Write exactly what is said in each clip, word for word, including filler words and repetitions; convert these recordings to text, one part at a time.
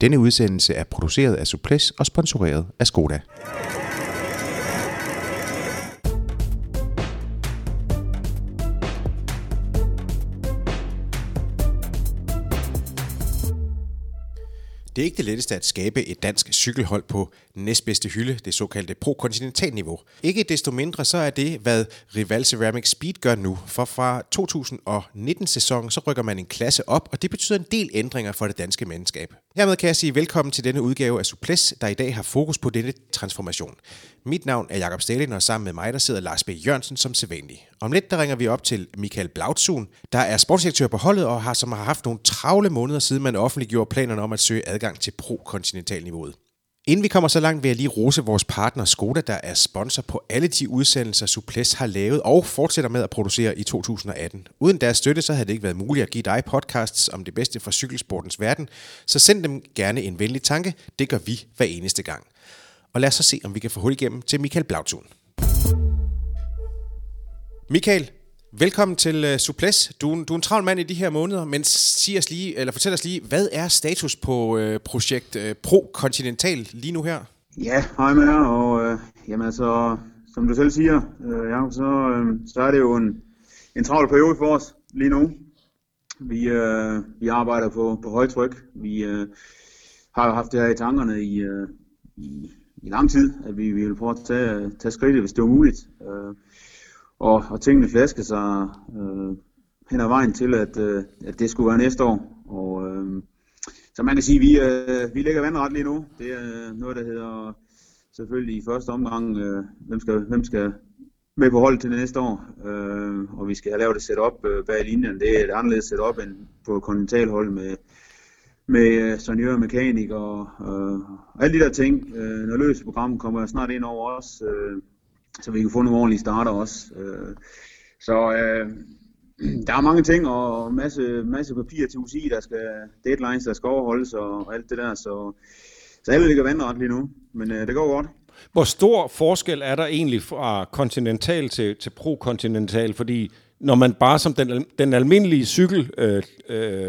Denne udsendelse er produceret af Suples og sponsoreret af Skoda. Det er ikke det letteste at skabe et dansk cykelhold på næstbedste hylde, det såkaldte pro-kontinentalniveau. Ikke desto mindre så er det, hvad Rival Ceramic Speed gør nu, for fra to tusind nitten-sæsonen så rykker man en klasse op, og det betyder en del ændringer for det danske mandskab. Hermed kan jeg sige velkommen til denne udgave af Suples, der i dag har fokus på denne transformation. Mit navn er Jakob Stalin, og sammen med mig der sidder Lars B. Jørgensen som sædvanlig. Om lidt der ringer vi op til Michael Blautsun, der er sportsdirektør på holdet og har, som har haft nogle travle måneder siden man offentliggjorde planerne om at søge adgang til pro-kontinentalniveauet. Inden vi kommer så langt, vil jeg lige rose vores partner Skoda, der er sponsor på alle de udsendelser, Suples har lavet og fortsætter med at producere i to tusind atten. Uden deres støtte, så havde det ikke været muligt at give dig podcasts om det bedste fra cykelsportens verden, så send dem gerne en venlig tanke. Det gør vi hver eneste gang. Og lad os så se, om vi kan få hul igennem til Michael Blautsun. Michael, velkommen til uh, Suples. Du, du er en travl mand i de her måneder, men sig os lige, eller fortæl os lige, hvad er status på uh, projekt uh, Pro-Kontinental lige nu her? Ja, hej med jer, og øh, jamen altså, som du selv siger, øh, Jacob, så, øh, så er det jo en, en travl periode for os lige nu. Vi, øh, vi arbejder på, på højtryk. Vi øh, har jo haft det her i tankerne i, øh, i, i lang tid, at vi, vi vil prøve at tage, tage skridtet, hvis det var muligt. Øh, og, og tingene flasker sig øh, hen ad vejen til, at, øh, at det skulle være næste år. Og, øh, så man kan sige, at vi, øh, vi ligger vandret lige nu. Det er noget, der hedder selvfølgelig i første omgang, øh, hvem, skal, hvem skal med på holdet til det næste år. Øh, og vi skal have lavet et setup øh, bag linjen. Det er et anderledes setup end på kontinentalhold med, med sonjør og mekanik og øh, alle de der ting. Øh, når løse program kommer snart ind over os, øh, så vi kan få nogle ordentlige starter også. Øh, så øh, der er mange ting og masse, masse papir til U C I, der skal deadlines, der skal overholdes og alt det der. Så, så alle ligger vandret lige nu, men øh, det går godt. Hvor stor forskel er der egentlig fra kontinental til, til pro-kontinental? Fordi når man bare som den, den almindelige cykel, øh, øh,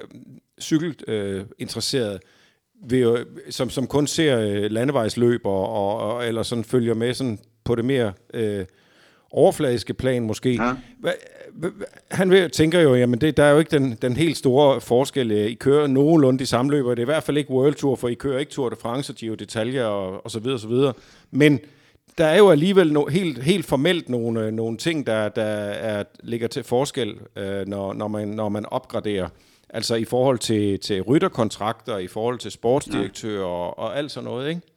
cykelinteresseret, øh, som, som kun ser øh, landevejsløb og, og, og, eller sådan følger med sådan på det mere øh, overfladiske plan måske. Ja. Han vil, tænker jo, jamen det, der er jo ikke den, den helt store forskel. I kører nogenlunde de samme løber. Det er i hvert fald ikke World Tour, for I kører ikke Tour de France og Giro d'Italia og, og så videre, så videre. Men der er jo alligevel no, helt, helt formelt nogle, nogle ting, der, der er, ligger til forskel, øh, når, når, man, når man opgraderer. Altså i forhold til, til rytterkontrakter, i forhold til sportsdirektører ja. og, og alt sådan noget, ikke?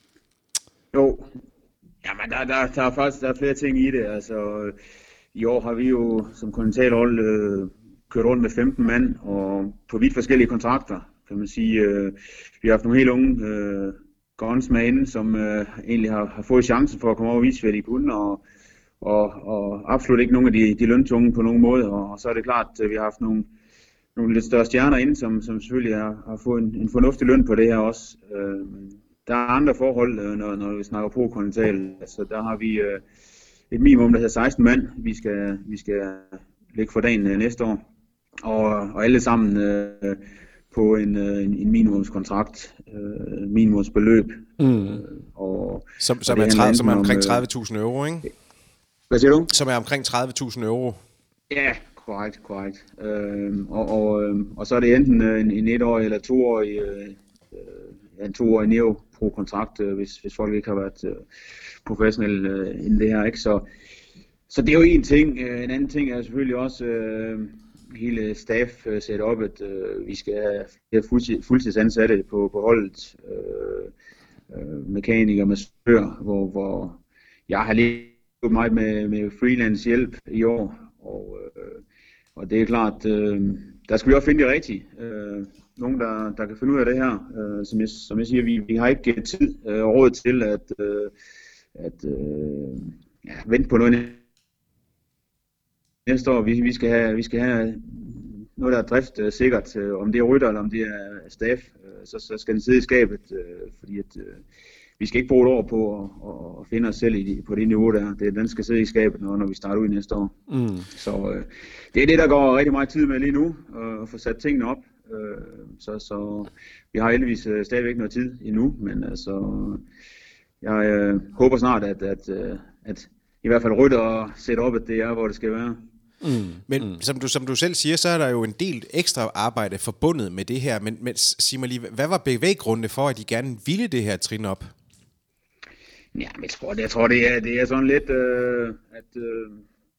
Jo. Jamen, der, der, der er faktisk der er flere ting i det. Altså, i år har vi jo som kontinentalhold øh, kørt rundt med femten mand, og på vidt forskellige kontrakter, kan man sige. Øh, vi har haft nogle helt unge øh, guns med inde, som øh, egentlig har, har fået chancen for at komme over og vise, hvad de kunne, og, og, og absolut ikke nogen af de, de løntunge på nogen måde. Og, og så er det klart, at vi har haft nogle, nogle lidt større stjerner inde, som, som selvfølgelig har, har fået en, en fornuftig løn på det her også. Øh, Der er andre forhold, når, når vi snakker på kontinental. Altså, der har vi øh, et minimum, der hedder seksten mand, vi skal, vi skal lægge for dagen øh, næste år. Og, og alle sammen øh, på en, øh, en minimumskontrakt, øh, minimumsbeløb. Mm. Øh, og, som, som, og er tredive, som er omkring tredive tusind euro, ikke? Hvad siger du? Som er omkring tredive tusind euro. Ja, korrekt, korrekt. Øh, og, og, øh, og så er det enten en, en etårig eller toårig øh, en toårig neo pro-kontrakt, øh, hvis, hvis folk ikke har været øh, professionelle øh, inden det her, ikke? Så, så det er jo en ting. Øh, en anden ting er selvfølgelig også øh, hele staff øh, setupet. Øh, vi skal have flere fuldtid, fuldtidsansatte på, på holdet. Øh, øh, mekanikere, massør, hvor, hvor jeg har levet meget med, med freelance hjælp i år. Og, øh, og det er klart, øh, der skal vi også finde det rigtige. Øh, Nogen, der, der kan finde ud af det her. Øh, som, jeg, som jeg siger, vi, vi har ikke tid øh, og råd til at, øh, at øh, ja, vente på noget næste år. Vi, vi, skal have, vi skal have noget, der er drift øh, sikkert. Øh, om det er rytter eller om det er staff, øh, så, så skal den sidde i skabet. Øh, fordi at, øh, vi skal ikke bruge et år på at, at finde os selv i, på det niveau der. Det, den skal sidde i skabet, når, når vi starter ud næste år. Mm. Så øh, det er det, der går rigtig meget tid med lige nu, at få sat tingene op. Øh, så, så vi har heldigvis øh, stadigvæk noget tid endnu, men altså, jeg øh, håber snart, at, at, at, at i hvert fald rytter og sætte op, at det er, hvor det skal være. Mm. Men mm. Som, du, som du selv siger, så er der jo en del ekstra arbejde forbundet med det her, men, men sig mig lige, hvad var bevæggrundene for, at I gerne ville det her trin op? Ja, men jeg tror, det, jeg tror, det er, det er sådan lidt, øh, at øh,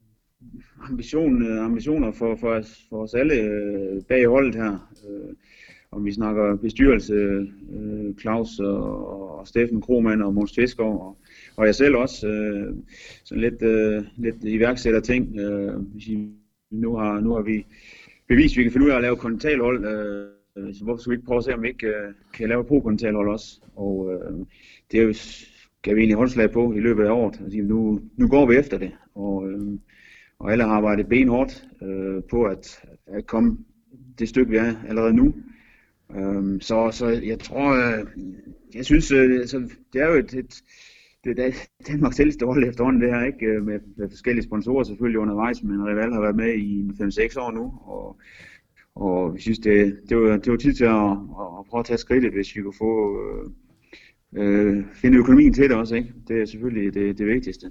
ambition, ambitioner for, for, os, for os alle øh, bag holdet her, øh, om vi snakker bestyrelse, øh, Claus og, og Steffen Krohmann og Måns Fiskov, og, og jeg selv også, øh, sådan lidt, øh, lidt iværksætter ting. Øh, nu, har, nu har vi bevist, at vi kan finde ud af at lave kontinentalhold, øh, så hvorfor skal vi ikke prøve at se, om vi ikke øh, kan lave pro-kontinentalhold også? Og øh, det er jo, kan vi egentlig håndslag på i løbet af året. Altså, nu, nu går vi efter det, og, øh, og alle har arbejdet benhårdt øh, på at, at komme det stykke, vi er allerede nu. Um, så, så jeg tror, øh, jeg synes, øh, altså, det er jo et, et det er Danmarks ældste hold efterhånden det her, ikke? Med, med forskellige sponsorer selvfølgelig undervejs, men Rival har været med i fem seks år nu, og, og vi synes, det, det, var, det var tid til at, at prøve at tage skridtet, hvis vi kunne få øh, finde økonomien til det også, ikke? Det er selvfølgelig det, det vigtigste.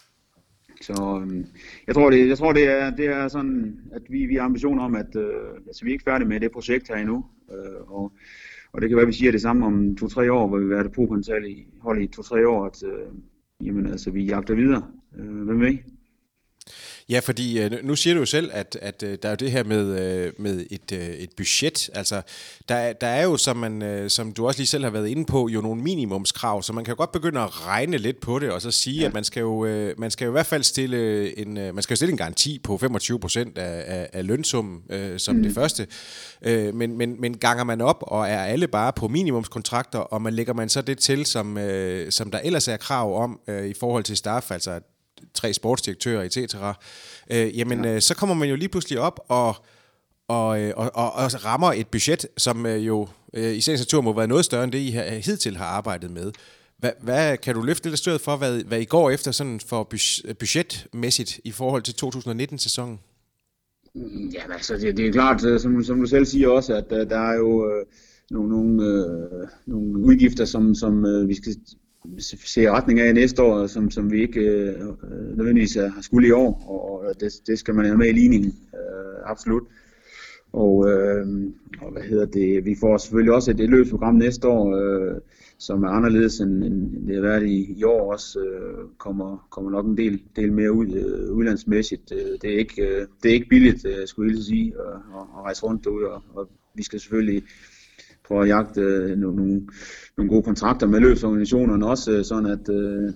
Så øh, jeg tror, det, jeg tror det, er, det er sådan, at vi, vi har ambitioner om, at øh, altså, vi er ikke færdige med det projekt her endnu. Øh, og, og det kan være, at vi siger det samme om to-tre år, hvor vi vil være det pro-kontinental i hold i to-tre år, at øh, jamen, altså, vi jagter videre. Øh, hvem ved? Ja, fordi nu siger du jo selv, at, at der er jo det her med, med et, et budget. Altså, der, der er jo, som, man, som du også lige selv har været inde på, jo nogle minimumskrav, så man kan jo godt begynde at regne lidt på det, og så sige, ja. at man skal, jo, man skal jo i hvert fald stille en, man skal jo stille en garanti på femogtyve procent af, af, af lønsummen øh, som mm. det første. Øh, men, men, men ganger man op, og er alle bare på minimumskontrakter, og man lægger man så det til, som, øh, som der ellers er krav om øh, i forhold til staff, altså tre sportsdirektører, et cetera. Øh, jamen, ja. øh, så kommer man jo lige pludselig op og, og, og, og, og rammer et budget, som øh, jo øh, i sagens natur må være noget større end det, I har, hidtil har arbejdet med. Hvad, hvad kan du løfte lidt stødet for, hvad, hvad I går efter sådan for budgetmæssigt i forhold til to tusind nitten-sæsonen? Ja, altså, det, det er klart, som, som du selv siger også, at uh, der er jo uh, nogle, nogle, uh, nogle udgifter, som, som uh, vi skal se i retning af næste år, som, som vi ikke øh, nødvendigvis har skulle i år, og det, det skal man have med i ligningen, øh, absolut. Og, øh, og hvad hedder det, vi får selvfølgelig også et, et løbsprogram næste år, øh, som er anderledes end, end det har været i, i år også, øh, kommer, kommer nok en del, del mere ud, øh, udlandsmæssigt. Det er ikke, øh, det er ikke billigt, øh, skulle jeg sige, at, at rejse rundt derude, og, og vi skal selvfølgelig prøve at jagte øh, nogle, nogle gode kontrakter med løbsorganisationerne også, sådan at, øh,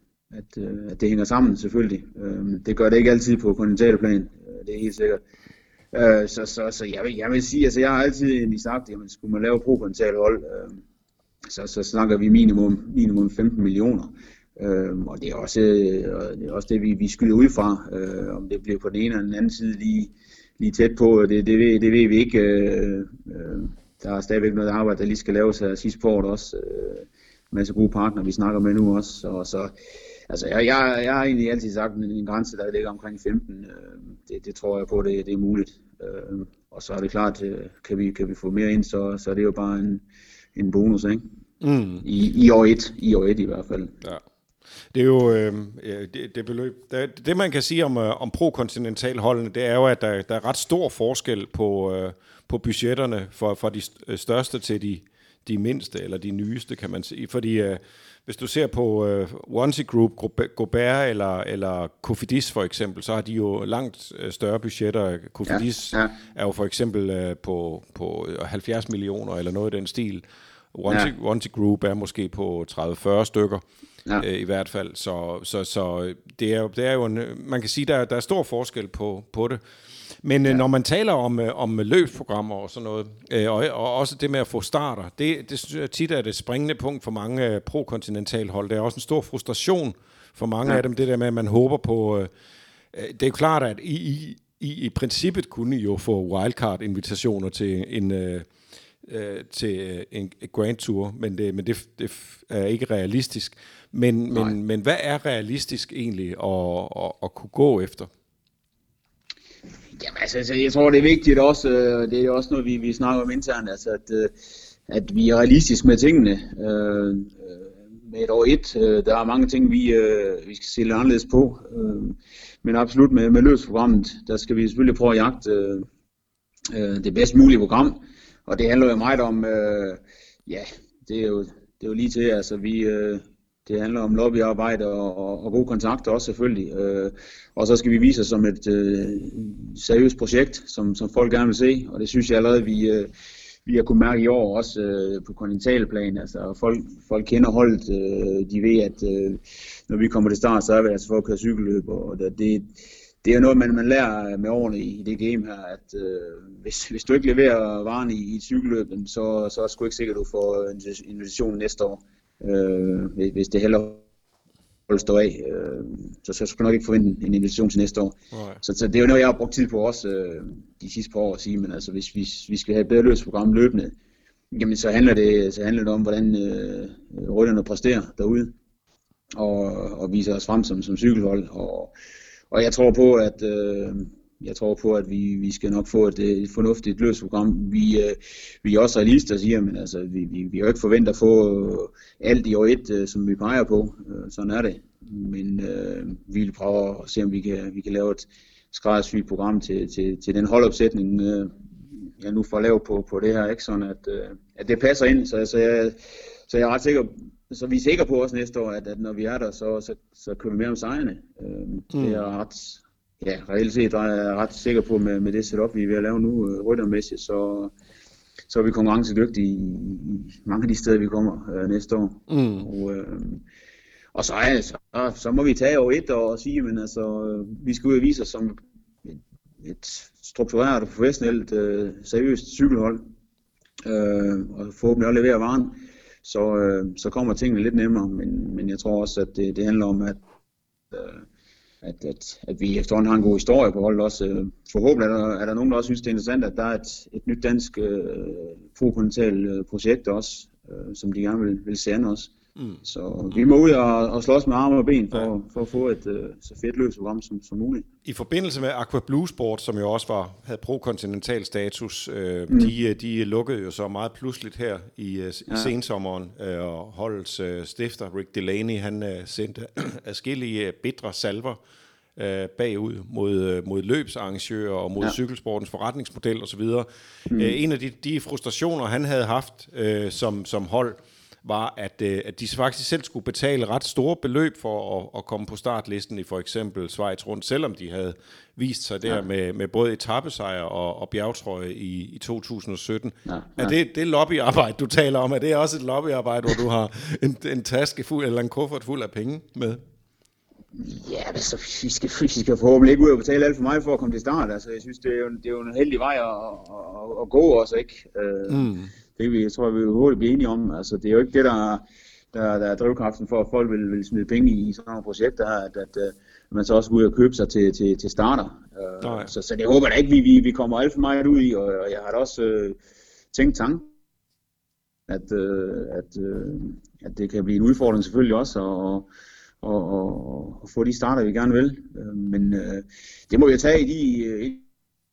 at, øh, at det hænger sammen selvfølgelig. Øh, det gør det ikke altid på kontinentalplan, øh, det er helt sikkert. Øh, så så, så jeg, vil, jeg vil sige, altså jeg har altid sagt, jamen skulle man lave pro-kontinentalhold, øh, så, så snakker vi minimum, minimum femten millioner. Øh, og det er også, øh, det, er også det, vi, vi skyder ud fra, øh, om det bliver på den ene eller den anden side lige, lige tæt på, det, det, ved, det ved vi ikke. Øh, øh, Der er stadigvæk noget arbejde, der lige skal laves her sidste på året også. Øh, en masse gode partnere, vi snakker med nu også. Og så, altså, jeg, jeg, jeg har egentlig altid sagt, en, en grænse, der ligger omkring femten. Øh, det, det tror jeg på, det, det er muligt. Øh, og så er det klart, øh, kan, vi, kan vi få mere ind, så, så er det jo bare en, en bonus, ikke? Mm. I, I år et, i år et i hvert fald. Ja. Det er jo øh, det, det beløb. Det, det man kan sige om, om pro-kontinentalholdene, det er jo, at der, der er ret stor forskel på, øh, på budgetterne fra, fra de største til de, de mindste, eller de nyeste, kan man sige. Fordi øh, hvis du ser på øh, Onesie Group, Gobert eller, eller Cofidis for eksempel, så har de jo langt større budgetter. Cofidis ja, ja. er jo for eksempel øh, på, på halvfjerds millioner eller noget i den stil. Onesie, ja. Onesie Group er måske på tredive til fyrre stykker. Ja. Øh, i hvert fald, så, så, så det, er, det er jo en, man kan sige, der, der er stor forskel på, på det. Men ja. øh, når man taler om, øh, om løbsprogrammer og sådan noget, øh, og, og også det med at få starter, det, det synes jeg tit er det springende punkt for mange øh, pro-kontinentalhold. Det er også en stor frustration for mange ja. af dem, det der med, at man håber på... Øh, det er jo klart, at I, I, I i princippet kunne I jo få wildcard-invitationer til en... Øh, til en Grand Tour, men det, men det, det er ikke realistisk. Men, men, men hvad er realistisk egentlig at, at, at kunne gå efter? Jamen altså, jeg tror det er vigtigt også, det er også noget vi, vi snakker om internt, altså at, at vi er realistiske med tingene. Øh, med et år et, der er mange ting vi, vi skal se lidt anderledes på, men absolut med, med løbsprogrammet, der skal vi selvfølgelig prøve at jagte det bedst mulige program, og det handler jo meget om, ja, det er jo, det er jo lige til, altså vi, det handler om lobbyarbejde og, og, og gode kontakter også selvfølgelig. Øh, og så skal vi vise os som et øh, seriøst projekt, som, som folk gerne vil se. Og det synes jeg allerede, vi, øh, vi har kunnet mærke i år, også øh, på kontinentalplan. Altså folk, folk kender holdet, øh, de ved, at øh, når vi kommer til start, så er vi altså for at køre cykelløb. Og det, det er noget, man, man lærer med årene i det game her, at øh, hvis, hvis du ikke leverer varen i, i et cykelløb, så, så er det sgu ikke sikkert, at du får en invitation næste år. Øh, hvis det heller holder stå af, øh, så, så skal du nok ikke forvente en invitation til næste år. Okay. Så, så det er jo noget, jeg har brugt tid på også øh, de sidste par år at sige, men altså hvis, hvis vi skal have et bedre løbsprogram løbende, jamen så handler det, så handler det om, hvordan øh, rytterne præsterer derude, og, og viser os frem som, som cykelhold, og, og jeg tror på, at øh, Jeg tror på, at vi, vi skal nok få et, et fornuftigt løbsprogram. Vi, øh, vi er også realister, siger, men altså, vi, vi, vi har jo ikke forventet at få alt i år et, øh, som vi peger på. Øh, sådan er det. Men øh, vi vil prøve at se, om vi kan, vi kan lave et skræddersyet program til, til, til den holdopsætning, øh, jeg nu får lavet på, på det her, ikke? Sådan at, øh, at det passer ind. Så, så, jeg, så jeg er ret sikker, så vi er sikre på os næste år, at, at når vi er der, så, så, så kører vi mere om sejrene. Øh, mm. Det er ret... Ja, reelt set er jeg ret sikker på med, med det setup, vi er ved at lave nu, øh, ryttermæssigt, så, så er vi konkurrencedygtige i, i mange af de steder, vi kommer øh, næste år. Mm. Og, øh, og så, ja, så, så må vi tage over et og sige, men altså, vi skal ud og vise os som et, et struktureret og professionelt, øh, seriøst cykelhold, øh, og forhåbentlig også levere varen, så, øh, så kommer tingene lidt nemmere, men, men jeg tror også, at det, det handler om, at øh, At, at, at vi efterhånden har en god historie på holdet også. Forhåbentlig er der, er der nogen, der også synes, det er interessant, at der er et, et nyt dansk øh, pro-kontinental projekt også, øh, som de gerne vil, vil se an også. Mm. Så vi må ud og, og slås med arme og ben for, ja. for at få et øh, så fedt løbsprogram som, som muligt. I forbindelse med Aqua Blue Sport, som jo også var, havde pro-kontinental status, øh, mm. de, de lukkede jo så meget pludseligt her i, i ja. sensommeren, øh, og holdets øh, stifter, Rick Delaney, han øh, sendte adskillige bitre salver øh, bagud mod, mod løbsarrangører og mod ja. cykelsportens forretningsmodel osv. Mm. Øh, en af de, de frustrationer, han havde haft øh, som, som hold, var, at, at de faktisk selv skulle betale ret store beløb for at, at komme på startlisten i for eksempel Schweiz rundt, selvom de havde vist sig der ja. med, med både etapesejr og, og bjergtrøje i, i to tusind og sytten. Ja, ja. Er det, det lobbyarbejde, du taler om, er det også et lobbyarbejde, hvor du har en, en taske fuld eller en kuffert fuld af penge med? Ja, altså, vi skal, vi skal forhåbentlig ikke ud og betale alt for meget for at komme til start. Altså, jeg synes, det er jo, det er jo en heldig vej at, at, at gå også, ikke? Mm. Det vi, jeg tror, vi hurtigt bliver enige om. Altså, det er jo ikke det, der, der, der er drivkraften for, at folk vil, vil smide penge i, i sådan nogle projekter her, at, at, at man så også går ud og købe sig til, til, til starter. Uh, så, så det håber jeg ikke, vi, vi, vi kommer alt for meget ud i, og, og jeg har da også uh, tænkt tanken, at, uh, at, uh, at det kan blive en udfordring selvfølgelig også, og, og, og, og få de starter, vi gerne vil. Uh, men uh, det må vi tage i de... Uh,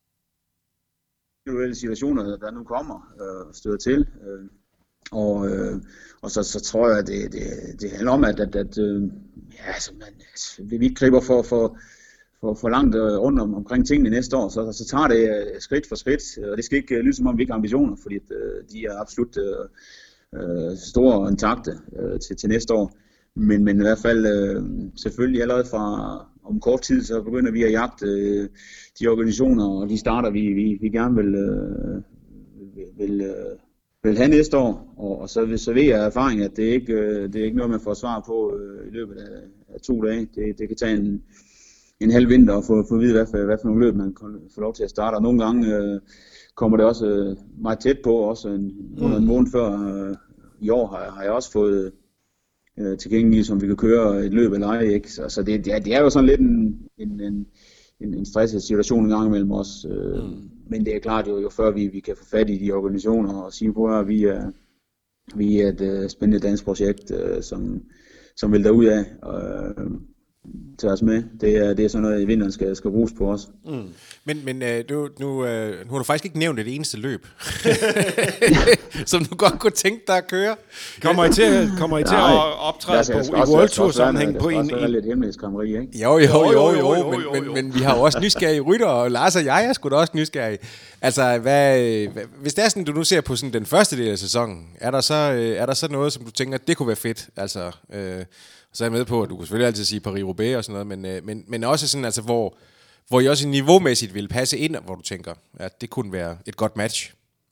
situationer, der nu kommer øh, støder til. Øh, og øh, og så, så tror jeg, at det, det, det handler om, at, at, at øh, ja, altså, man, altså, vi ikke griber for, for, for, for langt øh, rundt om, omkring tingene næste år, så, så tager det øh, skridt for skridt. Og det skal ikke øh, lyde som om, vi ikke har ambitioner, fordi øh, de er absolut øh, øh, store og intakte øh, til, til næste år. Men, men i hvert fald øh, selvfølgelig allerede fra om kort tid, så begynder vi at jagte øh, de organisationer og de starter, vi, vi, vi gerne vil, øh, vil, øh, vil have næste år. Og, og så, så ved jeg af erfaring, at det ikke øh, det er ikke noget, man får svar på øh, i løbet af, af to dage. Det, det kan tage en, en halv vinter at få, få at vide, hvad for, hvad for nogle løb man kan få lov til at starte. Og nogle gange øh, kommer det også øh, meget tæt på, også en, under en måned før øh, i år har, har jeg også fået øh, tilgængelige, som vi kan køre et løb eller ej, ikke? Så, så det, det, er, det er jo sådan lidt en, en, en, en stresset situation en gang imellem os. Øh, mm. Men det er klart jo, jo før vi, vi kan få fat i de organisationer og sige på, at vi er, vi er et uh, spændende dansk projekt, uh, som, som vil derud af. Uh, tage os med. Det er, det er sådan noget, i vinteren skal, skal bruges på os. Mm. Men, men øh, du, nu, øh, nu har du faktisk ikke nævnt et eneste løb, som du godt kunne tænke dig at køre. Kommer I til, kommer I til at optræde på, i World Tour sammenhæng på en... Der skal også være lidt hemmelighedskrammeri, ikke? Jo, jo, jo, jo, jo, jo, men, men, men vi har jo også nysgerrige rytter, og Lars og jeg er sgu da også nysgerrige. Altså, hvad, hvad, hvis det er sådan, du nu ser på sådan den første del af sæsonen, er der så, er der så noget, som du tænker, det kunne være fedt? Altså, øh, så er jeg med på, at du kan selvfølgelig altid sige Paris-Roubaix og sådan noget, men, øh, men, men også sådan, altså, hvor, hvor I også niveaumæssigt vil passe ind, hvor du tænker, at det kunne være et godt match.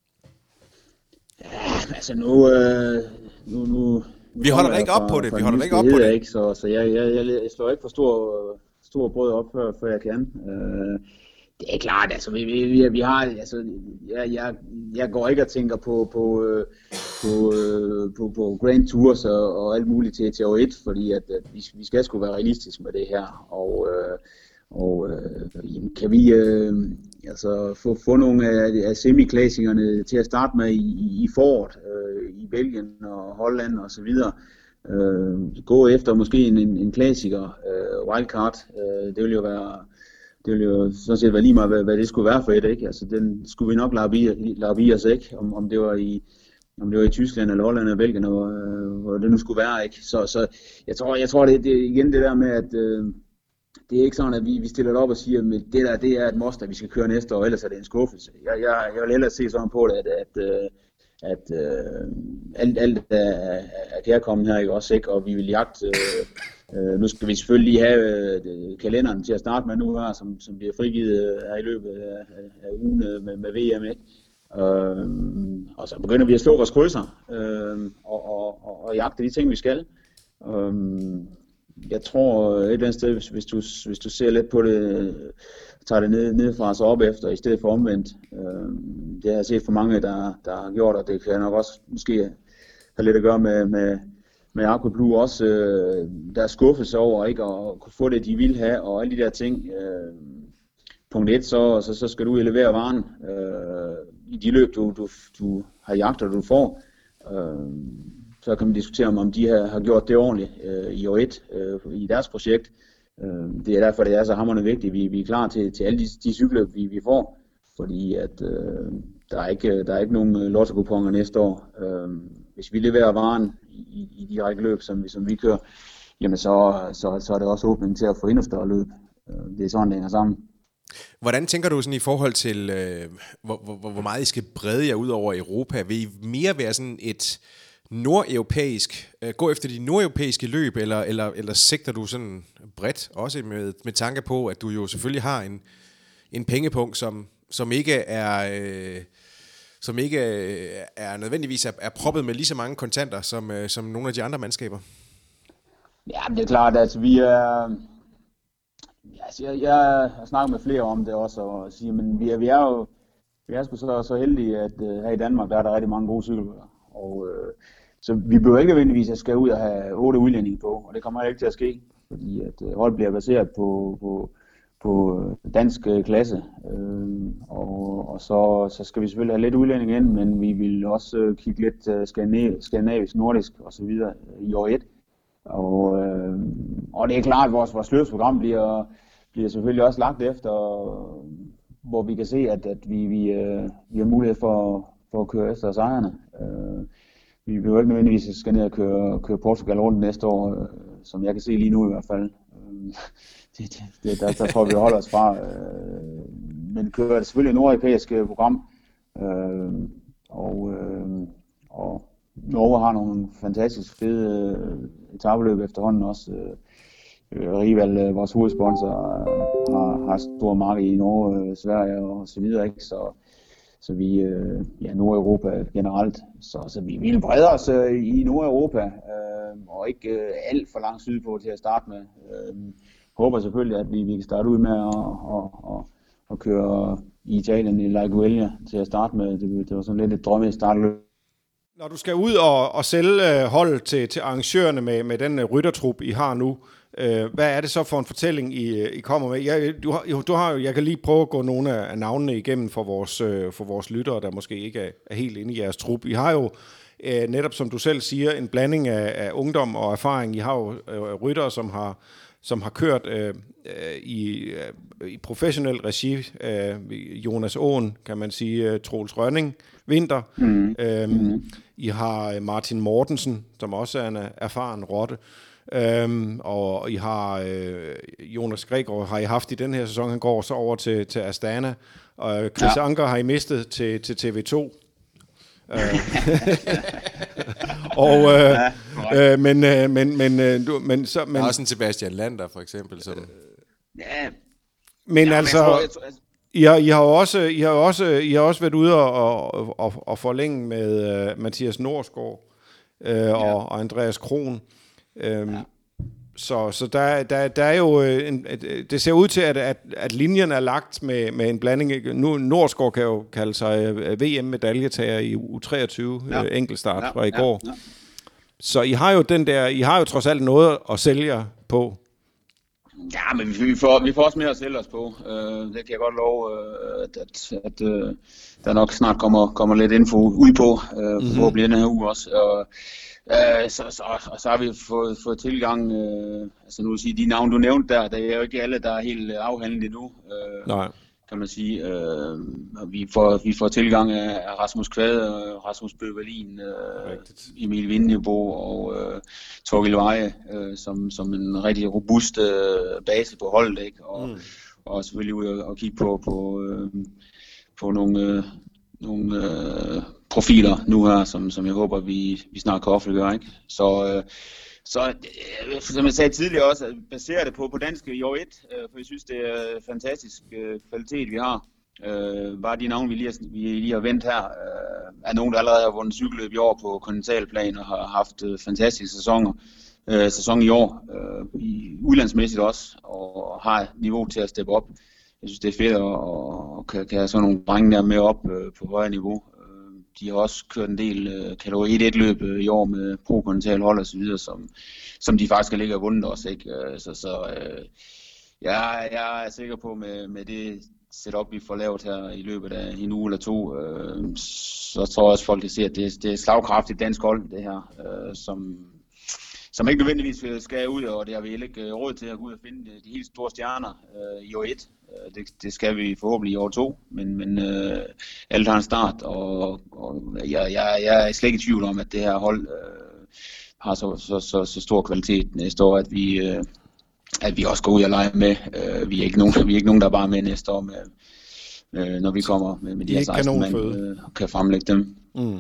Ja, altså nu... Øh, nu, nu vi holder da ikke op på det, vi holder da ikke op på det. Ikke, så, så jeg, jeg, jeg, jeg slår ikke for stor, stor brød op, før, før jeg kan. Øh, det er klart, altså vi, vi, vi har, altså jeg, jeg, jeg går ikke og tænker på, på, på, på, på Grand Tours og, og alt muligt til T O et, fordi at, at vi, vi skal sgu være realistiske med det her, og, øh, og øh, kan vi øh, altså få, få nogle af, af semiklassikerne til at starte med i, i foråret, øh, i Belgien og Holland og så videre. Øh, gå efter måske en, en, en klassiker, øh, wildcard, øh, det vil jo være det ville jo sådan set være lige meget, hvad, hvad det skulle være for et, ikke? Altså, den skulle vi nok lade i os, ikke? Om, om det var i om det var i Tyskland eller Holland eller Belgien, hvor, hvor det nu skulle være, ikke? Så, så jeg tror, jeg tror det, det igen det der med, at øh, det er ikke sådan, at vi, vi stiller det op og siger, at det der, det er et must, at vi skal køre næste år, ellers er det en skuffelse. Jeg, jeg, jeg vil ellers se sådan på det, at, at, at, at øh, alt, alt er, er kærkommen her, ikke? Også, ikke? Og vi vil jagte... Øh, Uh, nu skal vi selvfølgelig lige have uh, kalenderen til at starte med nu her, som, som bliver frigivet uh, her i løbet af, af ugen uh, med, med V M, ikke? Uh, og så begynder vi at slå vores krydser uh, og, og, og, og jagte de ting, vi skal. Uh, jeg tror et eller andet sted, hvis, hvis, du, hvis du ser lidt på det, tager det ned, nedfra og så op efter, i stedet for omvendt. Uh, det har jeg set for mange, der, der har gjort, og det kan nok også måske have lidt at gøre med, med med Aqua Blue også, øh, der er skuffelse over ikke at kunne få det, de vil have, og alle de der ting. Øh, punkt et, så, så, så skal du levere varen øh, i de løb, du, du, du har jagtet, du får. Øh, så kan man diskutere, om de har, har gjort det ordentligt øh, i år et øh, i deres projekt. Øh, det er derfor, det er så hamrende vigtigt. Vi, vi er klar til, til alle de, de cykler, vi, vi får, fordi at, øh, der, er ikke, der er ikke nogen lotto-kuponer næste år. Øh, hvis vi leverer varen i, i de række løb, som vi, som vi kører, jamen så, så, så er det også åbning til at få endnu større løb. Det er sådan, det hænger sammen. Hvordan tænker du sådan i forhold til, øh, hvor, hvor, hvor meget I skal brede jer ud over Europa? Vil I mere være sådan et nordeuropæisk, øh, gå efter de nordeuropæiske løb, eller, eller, eller sigter du sådan bredt, også med, med tanke på, at du jo selvfølgelig har en, en pengepunkt, som, som ikke er... Øh, som ikke er nødvendigvis er, er proppet med lige så mange kontanter, som, som nogle af de andre mandskaber? Ja, det er klart, at vi er... Altså, jeg, jeg har snakket med flere om det også, og siger, men vi er, vi er jo vi er sgu så, så heldige, at uh, her i Danmark, der er der rigtig mange gode cykelryttere. Og uh, så vi behøver ikke nødvendigvis at skal ud og have otte udlændinge på, og det kommer ikke til at ske, fordi at uh, hold bliver baseret på, på på dansk klasse, øh, og, og så, så skal vi selvfølgelig have lidt udlænding ind, men vi vil også kigge lidt uh, skandinavisk, skandinavisk, nordisk og så videre i år et. Og, øh, og det er klart, at vores, vores løbsprogram bliver, bliver selvfølgelig også lagt efter, hvor vi kan se, at, at vi, vi, øh, vi har mulighed for, for at køre efter sejrene. Øh, vi vil jo ikke nødvendigvis skal ned og køre, køre Portugal rundt næste år, øh, som jeg kan se lige nu i hvert fald. Øh, Det, det, der, der tror vi holder os fra, øh, men kører det selvfølgelig et nordeuropæisk program, øh, og, øh, og Norge har nogle fantastisk fede øh, etapeløb efterhånden også. Øh, Rival, øh, vores hovedsponsor, øh, har, har stor marked i Norge, øh, Sverige og så videre, ikke? Så, så vi, øh, ja, Nordeuropa generelt, så, så vi vil brede os øh, i Nordeuropa, øh, og ikke øh, alt for langt sydpå til at starte med. Øh, håber selvfølgelig, at vi, vi kan starte ud med at, at, at, at køre i Italien i Liguria til at starte med. Det, det var sådan lidt et drømme startløb. Når du skal ud og, og sælge hold til, til arrangørerne med, med den ryttertrup, I har nu, øh, hvad er det så for en fortælling, I, I kommer med? Jeg, du har, du har, jeg kan lige prøve at gå nogle af navnene igennem for vores, for vores lyttere, der måske ikke er, er helt inde i jeres trup. I har jo øh, netop, som du selv siger, en blanding af, af ungdom og erfaring. I har jo øh, ryttere, som har som har kørt øh, øh, i, øh, i professionel regi. Øh, Jonas Åen, kan man sige, øh, Troels Rønning, Vinter. Mm. Øh, mm. I har Martin Mortensen, som også er en erfaren rotte. Øhm, og I har øh, Jonas Gregor har I haft i den her sæson. Han går så over til, til Astana. Og Chris ja. Anker har I mistet til, til T V to. øh. og øh, ja, øh, men øh, men men øh, du, men så men der er også en Sebastian Lander for eksempel som ja. Men ja, altså men jeg tror, jeg tror, altså... I har, I har jo også I har også I har også været ude og og, og, og forlænge med uh, Mathias Norsgaard uh, ja. og, og Andreas Kron. Øhm, ja. Så, så der, der, der er jo en, det ser ud til, at, at, at linjen er lagt med, med en blanding. Nu Norsgaard kan jo kalde sig V M-medaljetager i U treogtyve ja. øh, enkeltstart ja. fra i går. Ja. Ja. Så I har jo den der, I har jo trods alt noget at sælge jer på. Ja, men vi, vi, får, vi får også mere at sælge os på. Uh, det kan jeg godt love, uh, at, at, at uh, der nok snart kommer, kommer lidt info ud på, uh, mm-hmm. hvor bliver den her uge også. Og, Uh, så, så, og så har vi fået, fået tilgang, uh, altså nu vil sige, de navne du nævnte der, der er jo ikke alle, der er helt afhandlet endnu, uh, Nej. kan man sige. Uh, vi, får, vi får tilgang af Rasmus Kvade, Rasmus Bøverlin, uh, Emil Vindebo og uh, Torgild Veje, uh, som, som en rigtig robust uh, base på holdet, ikke? Og, mm. og selvfølgelig ud og, og kigge på, på, uh, på nogle... Uh, nogle øh, profiler nu her, som, som jeg håber, vi, vi snart kan offentliggøre, ikke? Så, øh, så øh, som jeg sagde tidligere også, baserer det på, på danske i år et, øh, for jeg synes, det er fantastisk øh, kvalitet, vi har. Øh, bare de navne, vi lige har, vi lige har vendt her, øh, er nogen, der allerede har vundet cykelløb i år på kontinentalplan og har haft øh, fantastiske sæsoner. Øh, sæson i år, øh, i udlandsmæssigt også, og har niveau til at steppe op. Jeg synes, det er fedt at, at kan, kan have sådan nogle drenge der med op øh, på højere niveau. Øh, de har også kørt en del øh, kategori et et løb øh, i år med pro-kontinental hold og så videre, som, som de faktisk har ligget og vundet også, ikke? Øh, så så øh, jeg, jeg er sikker på med, med det setup, vi får lavet her i løbet af en uge eller to, øh, så tror jeg også, folk kan se, at det, det er slagkraftigt dansk hold, det her, øh, som... som ikke nødvendigvis skal ud, og det har vi heller ikke råd til at gå ud og finde de helt store stjerner øh, i år et. Det, det skal vi forhåbentlig i år to, men, men øh, alt har en start, og, og jeg, jeg, jeg er slet ikke i tvivl om, at det her hold øh, har så, så, så, så stor kvalitet næste år, at vi, øh, at vi også går ud og lege med. Øh, vi, er ikke nogen, vi er ikke nogen, der er bare med næste år, med, øh, når vi kommer med, med de her seksten mand øh, og kan fremlægge dem. Mm.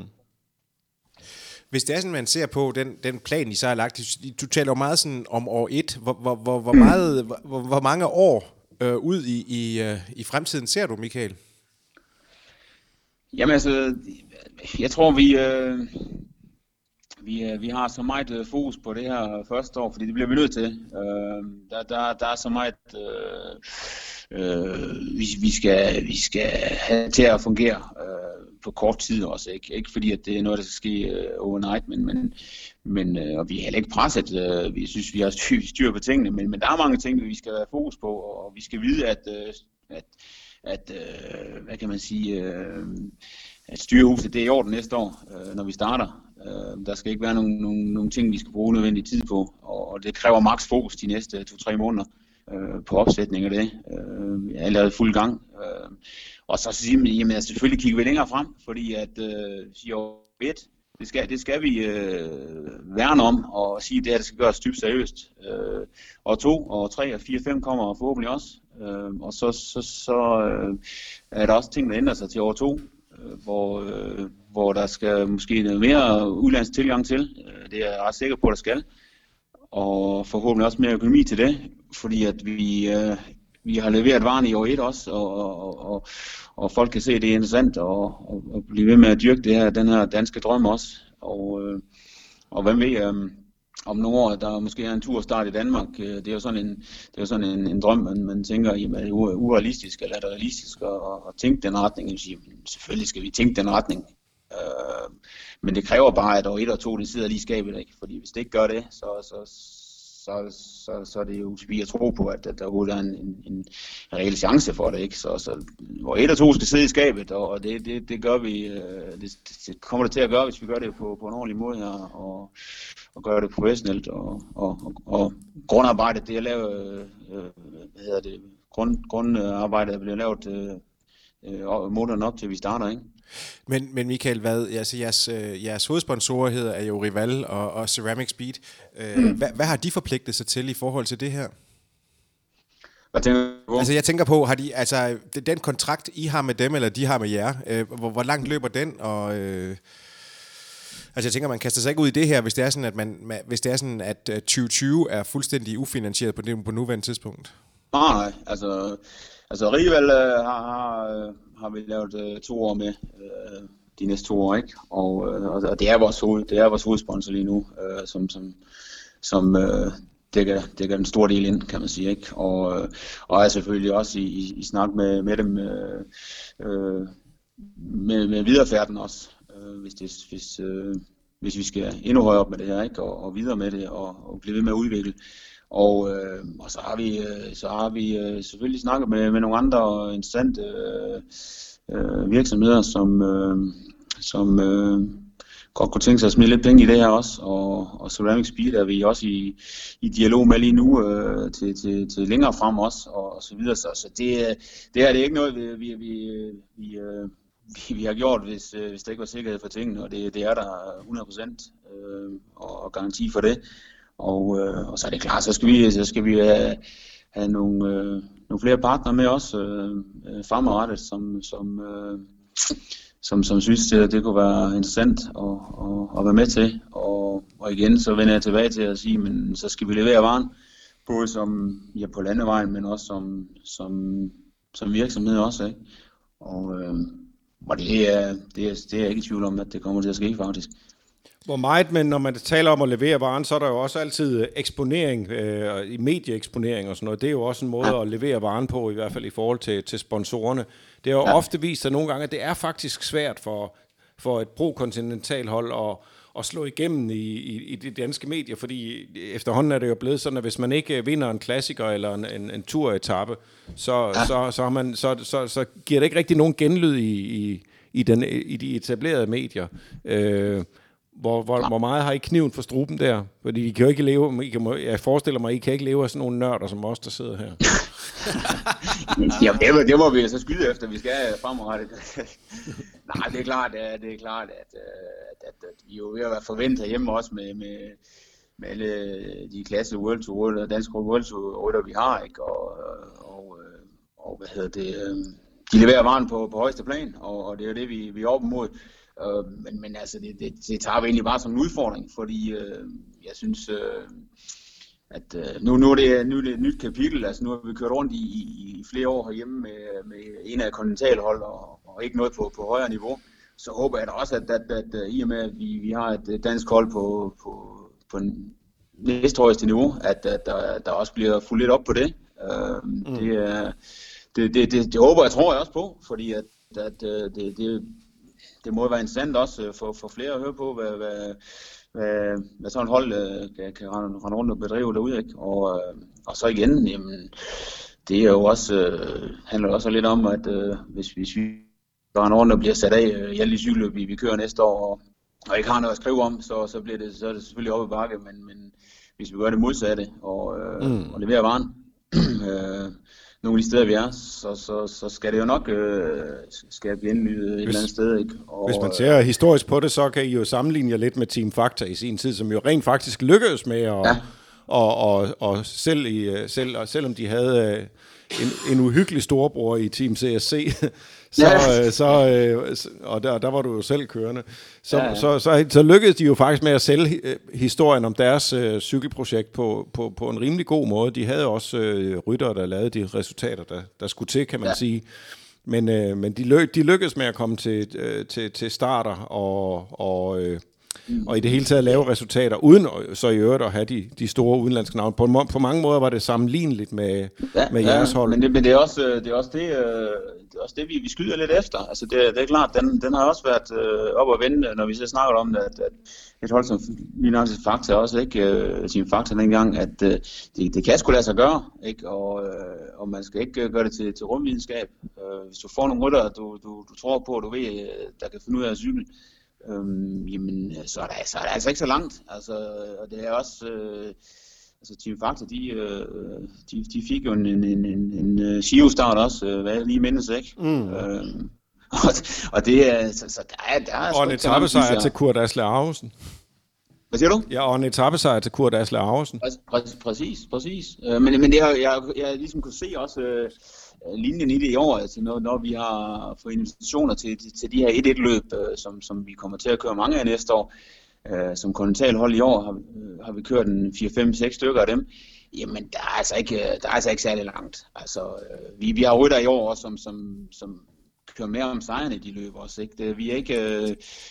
Hvis det er sådan, man ser på den, den plan, I så har lagt, du taler jo meget sådan om år et. Hvor, hvor, hvor, hvor, meget, hvor, hvor mange år øh, ud i, i, øh, i fremtiden ser du, Michael? Jamen altså, jeg tror, vi, øh, vi, øh, vi har så meget øh, fokus på det her første år, fordi det bliver vi nødt til. Øh, der, der, der er så meget... Øh, Øh, vi, vi, skal, vi skal have til at fungere øh, på kort tid også, ikke, ikke fordi at det er noget, der skal ske øh, overnight, men, men, men øh, og vi er heller ikke presset, øh, vi synes, vi har styr, styr på tingene, men, men der er mange ting, vi skal have fokus på, og vi skal vide, at, øh, at, at øh, hvad kan man sige, øh, at styrehuset, det er i orden næste år, øh, når vi starter. Øh, der skal ikke være nogen, nogen, nogen ting, vi skal bruge nødvendig tid på, og, og det kræver maks fokus de næste to-tre måneder. På opsætning af det. Øh, jeg er allerede fuld gang. Øh, og så siger man, jamen selvfølgelig kigger vi længere frem, fordi at øh, siger år et, det skal, det skal vi øh, værne om, og sige, at det her det skal gøres dybt seriøst. Øh, og to, og tre, og fire, fem kommer forhåbentlig også. Øh, og så, så, så øh, er der også ting, der ændrer sig til år to, øh, hvor, øh, hvor der skal måske noget mere udlands tilgang til. Øh, det er jeg ret sikker på, at der skal. Og forhåbentlig også mere økonomi til det, fordi at vi, øh, vi har leveret varen i år et også, og, og, og, og folk kan se, at det er interessant, og, og, og blive ved med at dyrke det her, den her danske drøm også. Og, øh, og hvem ved, øh, om nogle år, der måske er en tur start i Danmark, øh, det er jo sådan en, det er jo sådan en, en drøm, man, man tænker, jamen, er det urealistisk, eller er det realistisk at, at tænke den retning? Jeg siger, selvfølgelig skal vi tænke den retning. Øh, men det kræver bare, at år et og to, det sidder lige i skabet, ikke? Fordi hvis det ikke gør det, så, så, så, så, så er det jo vi at tro på, at, at der er en, en, en reel chance for det, ikke? Så, så år et og to skal sidde i skabet, og det, det, det gør vi, det, det kommer det til at gøre, hvis vi gør det på, på en ordentlig måde her, og, og gøre det professionelt, og, og, og, og grundarbejdet, det er lavet, øh, hvad hedder det, grund, grundarbejdet bliver lavet øh, måneden op til vi starter, ikke? Men, men Michael, hvad, altså jeres, jeres hovedsponsorer hedder er jo Rival og, og Ceramic Speed. Øh, mm. hvad, hvad har de forpligtet sig til i forhold til det her? Hvad tænker du på? Altså jeg tænker på, har de, altså den kontrakt I har med dem, eller de har med jer, øh, hvor, hvor langt løber den? Og, øh, altså jeg tænker, man kaster sig ikke ud i det her, hvis det er sådan, at, man, hvis det er sådan, at tyve tyve er fuldstændig ufinansieret på det på nuværende tidspunkt. Nej, nej, altså, altså Rival øh, har, har, har vi lavet øh, to år med øh, de næste to år, ikke? Og, øh, og det er vores hoved, det er vores hovedsponsor lige nu, øh, som som som øh, dækker, dækker en stor del ind, kan man sige, ikke? Og, øh, og er selvfølgelig også i, i, i snak med, med dem øh, øh, med, med viderefærden også, øh, hvis det hvis øh, hvis vi skal endnu højere op med det her, ikke? Og, og videre med det og, og blive ved med at udvikle. Og, øh, og så har vi, øh, så har vi øh, selvfølgelig snakket med, med nogle andre interessante øh, øh, virksomheder, som, øh, som øh, godt kunne tænke sig at smide lidt penge i det her også. Og, og Ceramic Speed er vi også i, i dialog med lige nu øh, til, til, til længere frem også, og, og så videre. Så, så det, det her det er ikke noget, vi, vi, vi, vi, øh, vi, vi har gjort, hvis, øh, hvis der ikke var sikkerhed for tingene, og det, det er der hundrede procent øh, og, og garanti for det. Og, øh, og så er det klart, så skal vi, så skal vi have, have nogle, øh, nogle flere partnere med os øh, fremadrettet, som, som, øh, som, som synes, det, det kunne være interessant at, at, at være med til. Og, og igen, så vender jeg tilbage til at sige, men så skal vi levere varen, både som ja, på landevejen, men også som, som, som virksomhed også. Ikke? Og, øh, og det, er, det, er, det er jeg ikke i tvivl om, at det kommer til at ske faktisk. Hvor meget, men når man taler om at levere varen, så er der jo også altid eksponering, øh, i medieeksponering og sådan noget. Det er jo også en måde ja. at levere varen på, i hvert fald i forhold til, til sponsorerne. Det har jo ja. ofte vist sig nogle gange, at det er faktisk svært for, for et pro-kontinentalhold at, at slå igennem i, i, i de danske medier, fordi efterhånden er det jo blevet sådan, at hvis man ikke vinder en klassiker eller en, en, en turetappe, så, ja. så, så, har man, så, så, så giver det ikke rigtig nogen genlyd i, i, i, den, i de etablerede medier. Øh, Hvor, hvor, hvor meget har I kniven for struben der? Fordi I kan jo ikke leve, I kan, jeg forestiller mig, I kan ikke leve af sådan nogle nørder som os, der sidder her. Jamen, det, må, det må vi så skyde efter, vi skal fremadrettet. Nej, det er klart, det er klart at, at, at, at vi jo ved at være forventet hjemme også med, med, med alle de klasse World Tour og danske World Tour, vi har, ikke? Og, og, og hvad hedder det, de leverer varen på, på højeste plan, og, og det er jo det, vi, vi er oppe mod. Uh, men, men altså, det, det, det tager vi egentlig bare som en udfordring, fordi uh, jeg synes, uh, at uh, nu, nu, er det, nu er det et nyt kapitel. Altså, nu har vi kørt rundt i, i flere år herhjemme med, med en af kontinentalhold og, og ikke noget på, på højere niveau. Så håber jeg da også, at, at, at, at i og med, at vi, vi har et dansk hold på, på, på næsthøjeste niveau, at, at der, der også bliver fuldt lidt op på det. Uh, mm. det, uh, det, det, det, det håber jeg, tror jeg også på, fordi at, at uh, det, det Det må være interessant også for, for flere at høre på, hvad, hvad, hvad, hvad sådan et hold kan, kan rende, rende rundt og bedrive derude, ikke? Og, og så igen, jamen, det er jo også, øh, handler også lidt om, at øh, hvis, hvis vi render rundt og bliver sat af øh, i alle de cykler, vi, vi kører næste år, og, og ikke har noget at skrive om, så, så, bliver det, så er det selvfølgelig oppe i bakke, men, men hvis vi gør det modsatte og, øh, mm. og leverer varen, øh, nogle af de steder, vi er, så, så, så skal det jo nok øh, skabe genlyd et hvis, eller andet sted. Ikke? Og, hvis man ser historisk på det, så kan I jo sammenligne jer lidt med Team Facta i sin tid, som jo rent faktisk lykkedes med at, ja. og, og, og selv, i, selv, og selvom de havde en, en uhyggelig storbror i Team C S C, så, ja. så, og der, der var du jo selv kørende, så, ja, ja. Så, så, så lykkedes de jo faktisk med at sælge historien om deres uh, cykelprojekt på, på, på en rimelig god måde. De havde også uh, ryttere, der lavede de resultater, der, der skulle til, kan man ja. sige. Men, uh, men de, ly- de lykkedes med at komme til, uh, til, til starter og... og uh, og i det hele taget lave resultater, uden så i øvrigt at have de, de store udenlandske navne. På, på mange måder var det sammenligneligt med, ja, med jeres hold. Men, det, men det er også det, er også det, det, er også det vi, vi skyder lidt efter. Altså det, det er klart, den, den har også været øh, op at vende, når vi så snakker om det, at, at et hold som Linus Fakta også, ikke, øh, Team Fakta dengang, at øh, det, det kan sgu lade sig gøre, ikke? Og, øh, og man skal ikke gøre det til, til rumvidenskab. Øh, hvis du får nogle rytter, du, du, du tror på, og du ved, der kan finde ud af at cykle, øhm, jamen, så er, der, så er der altså ikke så langt. Altså, og det er også... Øh, altså Team Factor, de, øh, de, de fik jo en, en, en, en, en Giro-start også, øh, hvad jeg lige mindes, ikke? Mm. Øhm, og, og det er... Så, så der er... Der er og en etappesejr til Kurt Asle Arvesen. Hvad siger du? Ja, og en etappesejr til Kurt Asle Arvesen. Præ- præcis, præcis. Øh, men, men det har jeg, jeg ligesom kunne se også øh, linjen i det i år, altså når, når vi har fået invitationer til, til, til de her et et-løb, øh, som, som vi kommer til at køre mange af næste år. Uh, som kontinentalhold i år har, uh, har vi kørt en fire fem seks stykker af dem. Jamen, der er altså ikke, der er altså ikke særlig langt. Altså, uh, vi, vi har rytter i år også, som, som, som kører mere om sejren i de løb også. Ikke? Det, vi er ikke... Uh,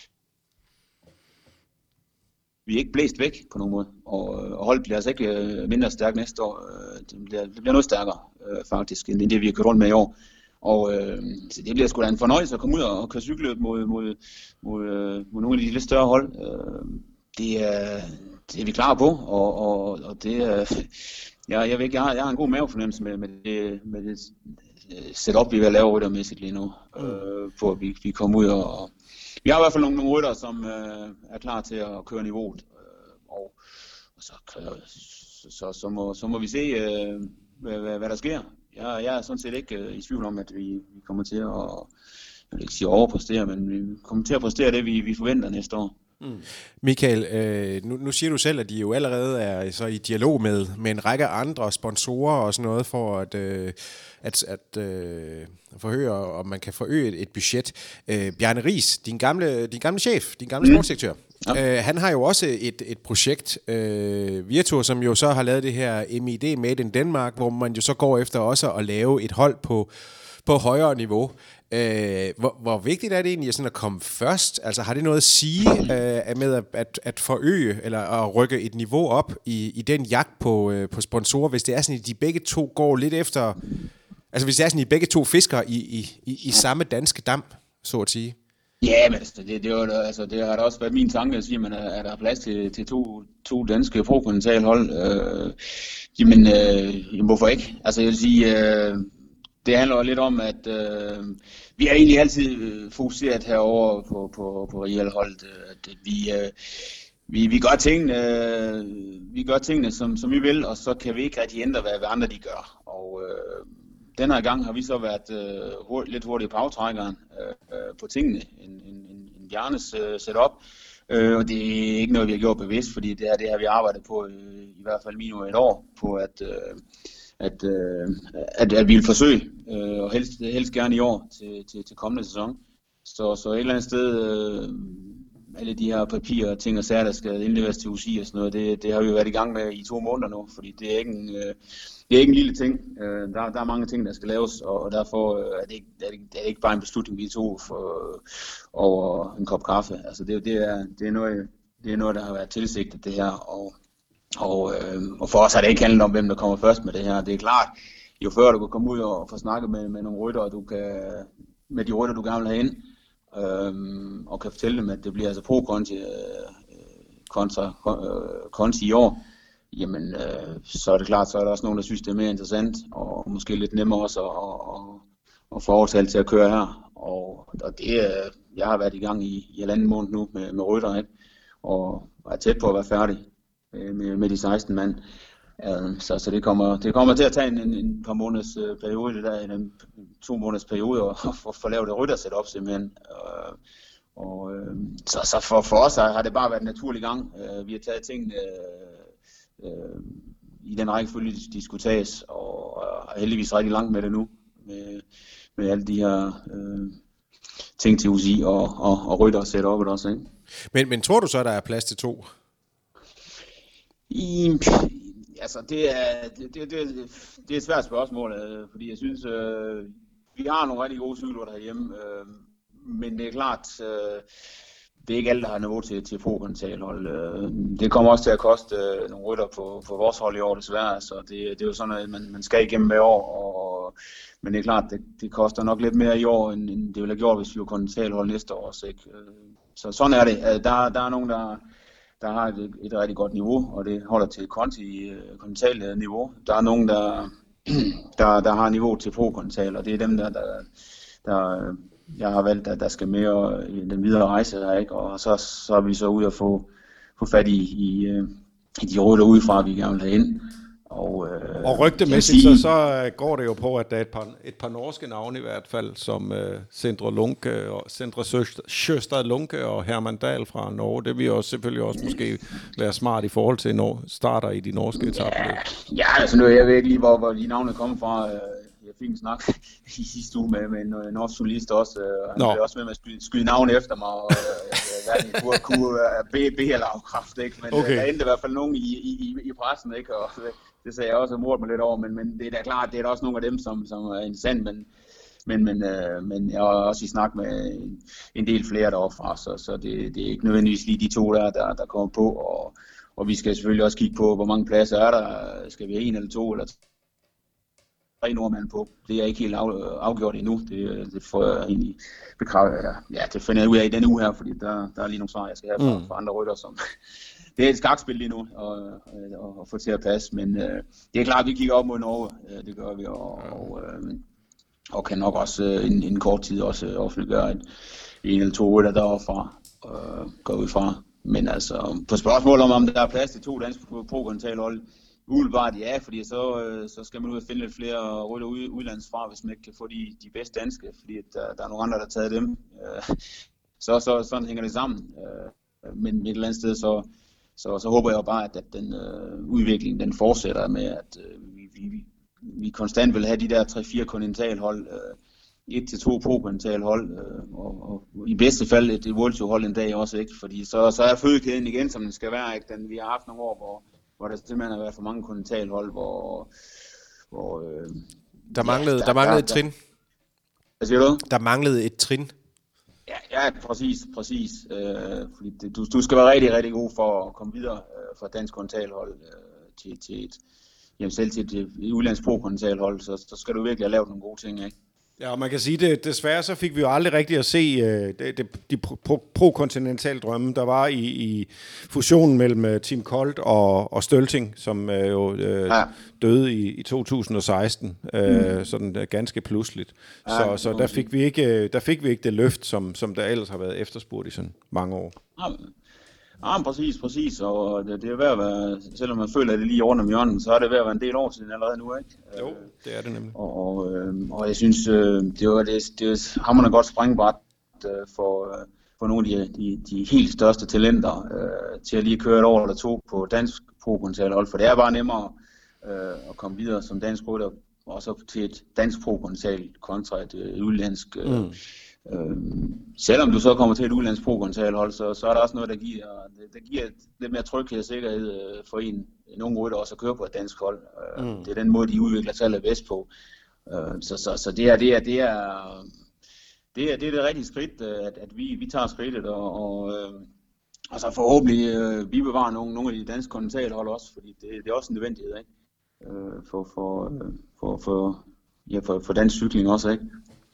vi er ikke blæst væk på nogen måde, og, og holdet bliver altså ikke uh, mindre stærkt næste år. Uh, det, bliver, det bliver noget stærkere, uh, faktisk, end det vi har kørt rundt med i år. Og øh, så det bliver sgu da en fornøjelse at komme ud og køre cykelløb mod, mod, mod, øh, mod nogle af de lidt større hold. Øh, det, er, det er vi klar på, og, og, og det er, jeg, jeg, ved ikke, jeg, har, jeg har en god mavefornemmelse med, med, det, med det setup, vi vil lave ryttermæssigt lige nu, øh, på at vi, vi kommer ud. Og, og vi har i hvert fald nogle, nogle rytter, som øh, er klar til at køre niveauet, øh, og, og så, så, så, så, må, så må vi se, øh, hvad, hvad, hvad der sker. Jeg, jeg er sådan set ikke øh, i tvivl om, at vi, vi kommer til at, jeg vil ikke sige overpræstere, men vi kommer til at præstere det, vi, vi forventer næste år. Mm. Michael, øh, nu, nu siger du selv, at de jo allerede er så i dialog med, med en række andre sponsorer og sådan noget, for at, øh, at, at øh, forhøre, om man kan forøge et, et budget. Øh, Bjarne Riis, din gamle, din gamle chef, din gamle mm. sportsdirektør, ja. øh, han har jo også et, et projekt, øh, Virtu, som jo så har lavet det her M I D Made in Denmark, hvor man jo så går efter også at lave et hold på, på højere niveau. Øh, hvor, hvor vigtigt er det egentlig sådan at komme først? Altså har det noget at sige øh, med at, at, at forøge eller at rykke et niveau op i, i den jagt på, øh, på sponsorer, hvis det er sådan, at de begge to går lidt efter, altså hvis det er sådan, at de begge to fisker i, i, i, i samme danske dam, så at sige? Ja, men altså, det, det, var, altså, det har da også været min tanke at sige, at er der plads til, til to, to danske pro-kontinentalhold? Øh, jamen, øh, jamen, hvorfor ikke? Altså jeg vil sige... Øh, Det handler lidt om, at øh, vi har egentlig altid fokuseret herover på på på realholdet, at vi øh, vi vi gør tingene, øh, vi gør tingene som som vi vil, og så kan vi ikke rigtig ændre hvad, hvad andre de gør. Og øh, den her gang har vi så været øh, hurtigt, lidt hurtigt på aftrækkeren øh, på tingene, en en en, en Bjarnes øh, setup. Øh, og det er ikke noget vi har gjort bevidst, fordi det her det har vi arbejdet på øh, i hvert fald minimum et år på at øh, At, øh, at, at vi vil forsøge, øh, og helst, helst gerne i år til, til, til kommende sæson. Så, så et eller andet sted, øh, alle de her papirer og ting og sager, der skal indleveres til U C I og sådan noget, det, det har vi jo været i gang med i to måneder nu, fordi det er ikke en, øh, det er ikke en lille ting. Øh, der, der er mange ting, der skal laves, og, og derfor øh, er, det ikke, er, det, er det ikke bare en beslutning, vi tog for, over en kop kaffe. Altså det, det, er, det, er noget, det er noget, der har været tilsigtet det her, og Og, øh, og for os har det ikke handlet om, hvem der kommer først med det her. Det er klart, jo før du kan komme ud og få snakket med, med nogle rytter, du kan, med de rytter, du gerne vil have ind, øh, og kan fortælle dem, at det bliver altså pro-konti øh, kontra øh, konti i år, jamen øh, så er det klart, så er der også nogen, der synes, det er mere interessant, og måske lidt nemmere også at, at, at få overtalt til at køre her. Og, og det, øh, jeg har været i gang i, i en anden måned nu med, med rytter, ikke? Og er tæt på at være færdig med, med de seksten mand. Uh, så, så det kommer det kommer til at tage en, en, en par måneders uh, periode, det der, en, en to måneders periode, og få lavet det ryttersæt simpelthen. Uh, og uh, så, så for, for os har, har det bare været en naturlig gang. Uh, vi har taget tingene uh, uh, i den rækkefølge, de skulle tages, og uh, er heldigvis rigtig langt med det nu, med, med alle de her uh, ting til U C I og, og, og ryttersæt op også, ikke? Men, men tror du så, der er plads til to? I, altså det er det, det, det, det er et svært spørgsmål, øh, fordi jeg synes øh, vi har nogle rigtig gode cykelrytter herhjemme, øh, men det er klart øh, det er ikke alle der har niveau til til pro-kontinentalhold. Øh, det kommer også til at koste øh, nogle rytter på på vores hold i år desværre, så det, det er jo sådan at man man skal igennem hver år, og men det er klart det, det koster nok lidt mere i år end, end det ville have gjort hvis vi var kontinentalhold næste år, så ikke. Så sådan er det. Der der er nogen der der har et, et rigtig godt niveau, og det holder til konti, kontinentalt niveau. Der er nogen, der, der, der har niveau til pro-kontinental, og det er dem, der, der, der, jeg har valgt, at der skal mere i den videre rejse her, ikke? Og så, så er vi så ude at få, få fat i, i, i de røde udefra, vi gerne vil have ind. Og, øh, og rygtemæssigt, sige, så, så går det jo på, at der er et par, et par norske navne i hvert fald, som øh, Sindre Lunke og Sindre Sjøstad Lunke og Herman Dahl fra Norge. Det vil også selvfølgelig også måske være smart i forhold til, når starter i de norske etabløb. Ja, ja, altså nu jeg ved ikke lige, hvor, hvor de navne kommer fra. Jeg fik en snak i sidste uge med, med en norsk journalist også. Han blev også med med at skyde, skyde navne efter mig, og hverken kunne, kunne be, be eller afkræfte, ikke? Men okay. Der endte i hvert fald nogen i, i, i pressen, ikke? Og det sagde jeg også, at mordet mig lidt over, men, men det er da klart, det er da også nogle af dem, som, som er interessant, men, men, men, øh, men jeg har også i snak med en, en del flere derovre fra, så, så det, det er ikke nødvendigvis lige de to der, der, der kommer på, og, og vi skal selvfølgelig også kigge på, hvor mange pladser er der, skal vi have en eller to eller tre nordmænd på. Det er ikke helt af, afgjort endnu, det, det får jeg egentlig bekræftet, ja, det finder jeg ud af i denne uge her, fordi der, der er lige nogle svar, jeg skal have fra, mm. fra andre rytter, som... Det er et skakspil lige nu at, at få til at passe, men øh, det er klart, at vi kigger op mod Norge, øh, det gør vi, og, og, øh, og kan nok også øh, en, en kort tid også offentliggøre en, en eller to rytter deroverfra, øh, går ud fra. Men altså, på spørgsmål om, om der er plads til to danske pro-kontinentalhold, umiddelbart ja, fordi så, øh, så skal man ud og finde lidt flere rytter ud, udlandsfra, hvis man ikke kan få de, de bedste danske, fordi der, der er nogle andre, der har taget dem. Øh, så, så sådan hænger det sammen, øh, men et eller andet sted, så Så, så håber jeg jo bare, at, at den øh, udvikling den fortsætter med, at øh, vi, vi, vi konstant vil have de der tre-fire kontinentalhold, øh, et til to pro-kontinentalhold, øh, og, og i bedste fald et, et World Tour hold en dag også, ikke? Fordi så, så er fødekæden igen, som den skal være, ikke? Den, vi har haft nogle år, hvor, hvor der simpelthen har været for mange kontinentalhold, hvor... hvor øh, der manglede, ja, der, der manglede der, et trin. Hvad siger du? Der manglede et trin. Ja, ja, præcis, præcis. Øh, fordi det, du, du skal være rigtig, rigtig god for at komme videre øh, fra dansk kontinentalhold øh, til, til et, jamen selv til et, et udlands pro-kontinentalhold, så, så skal du virkelig have lavet nogle gode ting, ikke? Ja, og man kan sige, det desværre så fik vi jo aldrig rigtig at se øh, det, det, de pro-kontinentale drømme, der var i, i fusionen mellem uh, Team Colt og, og Stølting, som øh, jo øh, ja. døde i, i to tusind og seksten, øh, mm. sådan uh, ganske pludseligt. Ja, så så der, fik vi ikke, der fik vi ikke det løft, som, som der ellers har været efterspurgt i sådan mange år. Ja, ja præcis, præcis. Og det, det er ved at være, selvom man føler, at det lige rundt om hjørnet, så er det ved at være en del år siden allerede nu, ikke? Jo, det er det nemlig. Og, og, øh, og jeg synes, øh, det var det, det hamrende godt springbræt øh, for, øh, for nogle af de, de, de helt største talenter øh, til at lige køre et år eller to på dansk pro-kontinentalhold, for det er bare nemmere øh, at komme videre som dansk rytter, og så til et dansk pro-kontinental kontra et, et udlandsk. Øh, mm. Øh, selvom du så kommer til et udlands pro-kontinentalhold, så, så er der også noget, der giver, der giver lidt mere tryghed og sikkerhed øh, for en, en ung rytter også at køre på et dansk hold. Øh, mm. Det er den måde, de udvikler sig allerbedst på. Øh, så, så, så det er det er det er det er det, er det rigtige skridt, at, at vi, vi tager skridtet og, og, øh, og så forhåbentlig øh, vi bevarer nogle, nogle af de danske kontinentalhold også, fordi det, det er også en nødvendighed, ikke? Øh, for, for, for, for, ja, for, for dansk cykling også, ikke?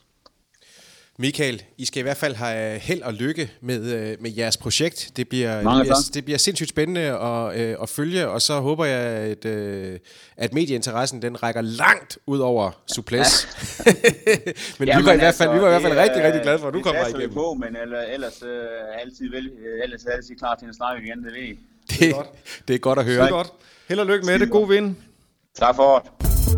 Michael, I skal i hvert fald have held og lykke med, med jeres projekt. Det bliver, det bliver, det bliver sindssygt spændende at, at følge, og så håber jeg, at, at medieinteressen den rækker langt ud over Souplesse. Ja. men ja, vi var, men i, hvert fald, altså, vi var i hvert fald rigtig, rigtig glade for, at du kom her igennem. På, men ellers øh, altid, vel, ellers er altid klar til at snakke igen, det ved I. Det, det, er godt. Det er godt at høre. Det er godt. Held og lykke med det. God vind. Tak for det.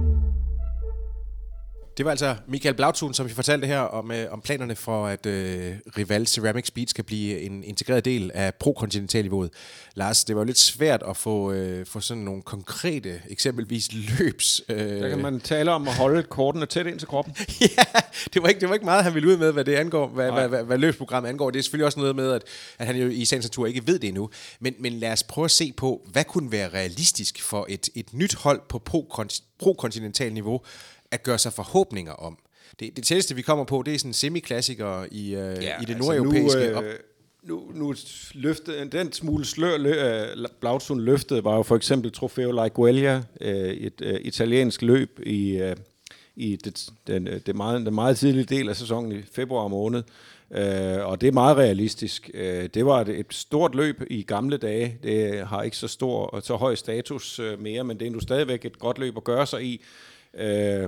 Det var altså Michael Blautun, som vi fortalte her om, øh, om planerne for, at øh, Rival Ceramic Speed skal blive en integreret del af pro-kontinentalniveauet. Lars, det var jo lidt svært at få, øh, få sådan nogle konkrete, eksempelvis løbs... Øh... Der kan man tale om at holde kortene tæt ind til kroppen. ja, det var, ikke, det var ikke meget, han ville ud med, hvad det angår, hvad, hvad, hvad, hvad løbsprogrammet angår. Det er selvfølgelig også noget med, at, at han jo i sagens natur ikke ved det endnu. Men, men lad os prøve at se på, hvad kunne være realistisk for et, et nyt hold på pro-kontinentalniveau, at gøre sig forhåbninger om. Det, det tætteste, vi kommer på, det er sådan en semi-klassiker i, øh, ja, i det nordeuropæiske. Altså nu, øh, nu, nu løfte, den smule slør, lø, Blautun løftede, var jo for eksempel Trofeo Laigueglia, øh, et øh, italiensk løb i, øh, i det, den, det meget, den meget tidlige del af sæsonen i februar måned. Øh, og det er meget realistisk. Øh, det var et, et stort løb i gamle dage. Det har ikke så stor og så høj status øh, mere, men det er nu stadigvæk et godt løb at gøre sig i. Øh,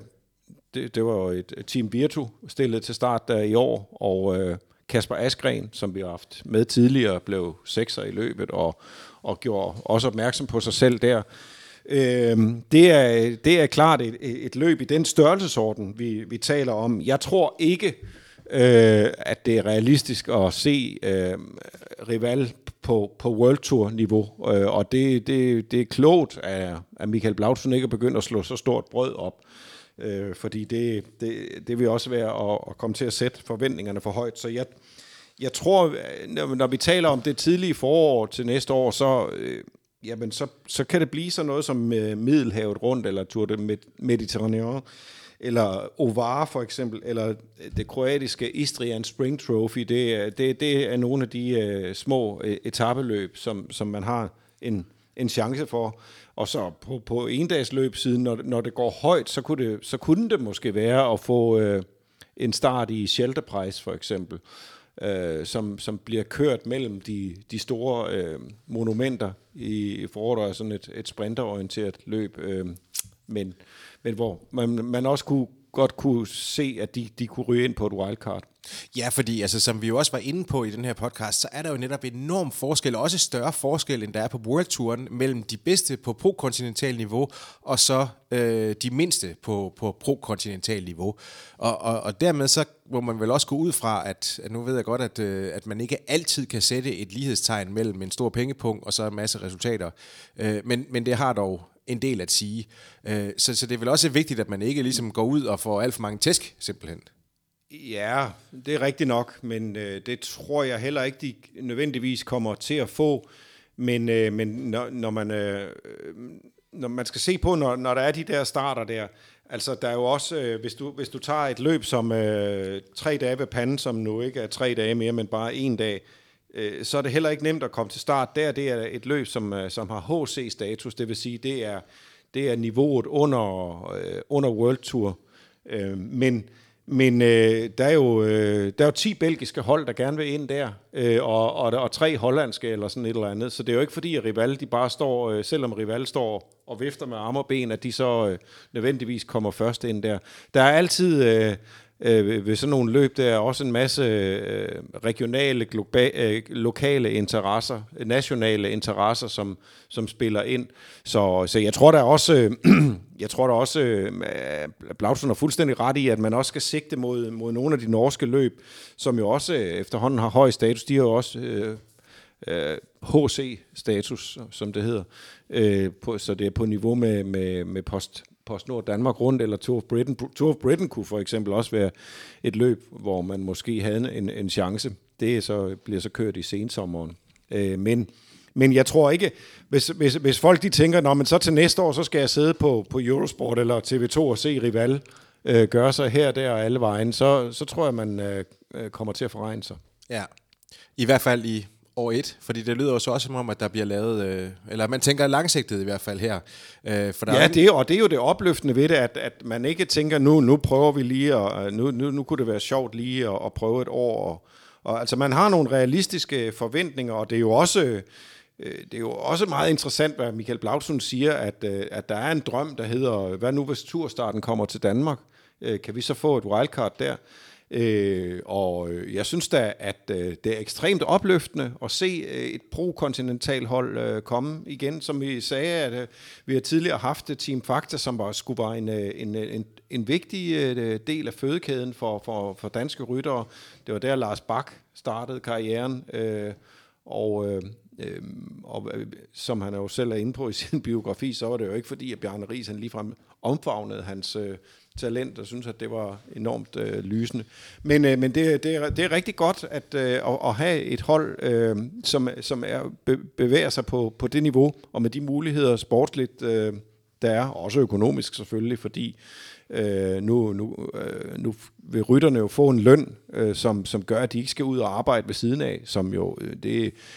det, det var jo et Team Virtu stillet til start der i år, og øh, Kasper Askren, som vi har haft med tidligere, blev sekser i løbet og, og gjorde også opmærksom på sig selv der. Øh, det, er, det er klart et, et løb i den størrelsesorden, vi, vi taler om. Jeg tror ikke, øh, at det er realistisk at se øh, Rival på, på World Tour niveau, øh, og det, det, det er klogt af, af Michael Blaudsen ikke at begynde at slå så stort brød op. Øh, fordi det, det, det vil også være at, at komme til at sætte forventningerne for højt. Så jeg, jeg tror, når, når vi taler om det tidlige forår til næste år, så, øh, jamen så, så kan det blive sådan noget som øh, Middelhavet rundt, eller Tour de Mediterranée, eller Ovar for eksempel, eller det kroatiske Istrian Spring Trophy. Det, det, det er nogle af de øh, små øh, etapeløb, som, som man har en, en chance for. Og så på, på endagsløbsiden, når, når det går højt, så kunne det, så kunne det måske være at få øh, en start i Shelterprice for eksempel, øh, som, som bliver kørt mellem de, de store øh, monumenter i foråret, og sådan et, et sprinterorienteret løb, øh, men, men hvor man, man også kunne, godt kunne se, at de, de kunne ryge ind på et wildcard. Ja, fordi altså, som vi jo også var inde på i den her podcast, så er der jo netop enorm forskel, og også større forskel, end der er på World Touren, mellem de bedste på pro-kontinental niveau, og så øh, de mindste på, på pro-kontinental niveau. Og, og, og dermed så må man vel også gå ud fra, at, at nu ved jeg godt, at, øh, at man ikke altid kan sætte et lighedstegn mellem en stor pengepunkt og så en masse resultater. Øh, men, men det har dog en del at sige. Øh, så, så det er vel også vigtigt, at man ikke ligesom går ud og får alt for mange tæsk, simpelthen. Ja, det er rigtigt nok, men øh, det tror jeg heller ikke, de nødvendigvis kommer til at få. Men, øh, men når, når, man, øh, når man skal se på, når, når der er de der starter der, altså der er jo også, øh, hvis, du, hvis du tager et løb som øh, tre dage ved panden, som nu ikke er tre dage mere, men bare en dag, øh, så er det heller ikke nemt at komme til start. Der det er et løb, som, øh, som har H C-status, det vil sige, det er, det er niveauet under, øh, under World Tour. Øh, men Men øh, der, er jo, øh, der er jo ti belgiske hold, der gerne vil ind der, øh, og, og, og tre hollandske eller sådan et eller andet. Så det er jo ikke fordi, at Rival, de bare står, øh, selvom Rival står og vifter med arme og ben, at de så øh, nødvendigvis kommer først ind der. Der er altid øh, øh, ved sådan nogle løb, der er også en masse øh, regionale, globa- øh, lokale interesser, nationale interesser, som, som spiller ind. Så, så jeg tror der også... Øh, Jeg tror da også, at Blaudsen har fuldstændig ret i, at man også skal sigte mod, mod nogle af de norske løb, som jo også efterhånden har høj status. De har jo også øh, øh, H C-status, som det hedder. Øh, på, så det er på niveau med, med, med Post, PostNord Danmark rundt, eller Tour of Britain. Tour of Britain kunne for eksempel også være et løb, hvor man måske havde en, en chance. Det er så, bliver så kørt i sensommeren. Øh, men... Men jeg tror ikke, hvis, hvis, hvis folk de tænker, nå, men så til næste år, så skal jeg sidde på, på Eurosport eller T V to og se Rival øh, gøre sig her, der og alle vejen, så, så tror jeg, man øh, kommer til at forregne sig. Ja, i hvert fald i år et, fordi det lyder jo så også som om, at der bliver lavet, øh, eller man tænker langsigtet i hvert fald her. Øh, for der ja, er det er, og det er jo det opløftende ved det, at, at man ikke tænker, nu, nu prøver vi lige, og nu, nu, nu kunne det være sjovt lige at, at prøve et år. Og, og, altså man har nogle realistiske forventninger, og det er jo også... Det er jo også meget interessant, hvad Michael Blaudsen siger, at, at der er en drøm, der hedder, hvad nu hvis turstarten kommer til Danmark? Kan vi så få et wildcard der? Og jeg synes da, at det er ekstremt opløftende at se et pro-kontinental hold komme igen. Som vi sagde, at vi har tidligere haft Team Fakta, som var, skulle være en, en, en, en vigtig del af fødekæden for, for, for danske ryttere. Det var der, Lars Bak startede karrieren, og... Øhm, og øh, som han jo selv er inde på i sin biografi, så var det jo ikke fordi, at Bjarne Riis han ligefrem omfavnede hans øh, talent, og synes, at det var enormt øh, lysende. Men, øh, men det, det, er, det er rigtig godt at, øh, at, at have et hold, øh, som, som er, be, bevæger sig på, på det niveau, og med de muligheder sportsligt, øh, der er, også økonomisk selvfølgelig, fordi øh, nu, nu, øh, nu vil rytterne jo få en løn, øh, som, som gør, at de ikke skal ud og arbejde ved siden af, som jo, øh, det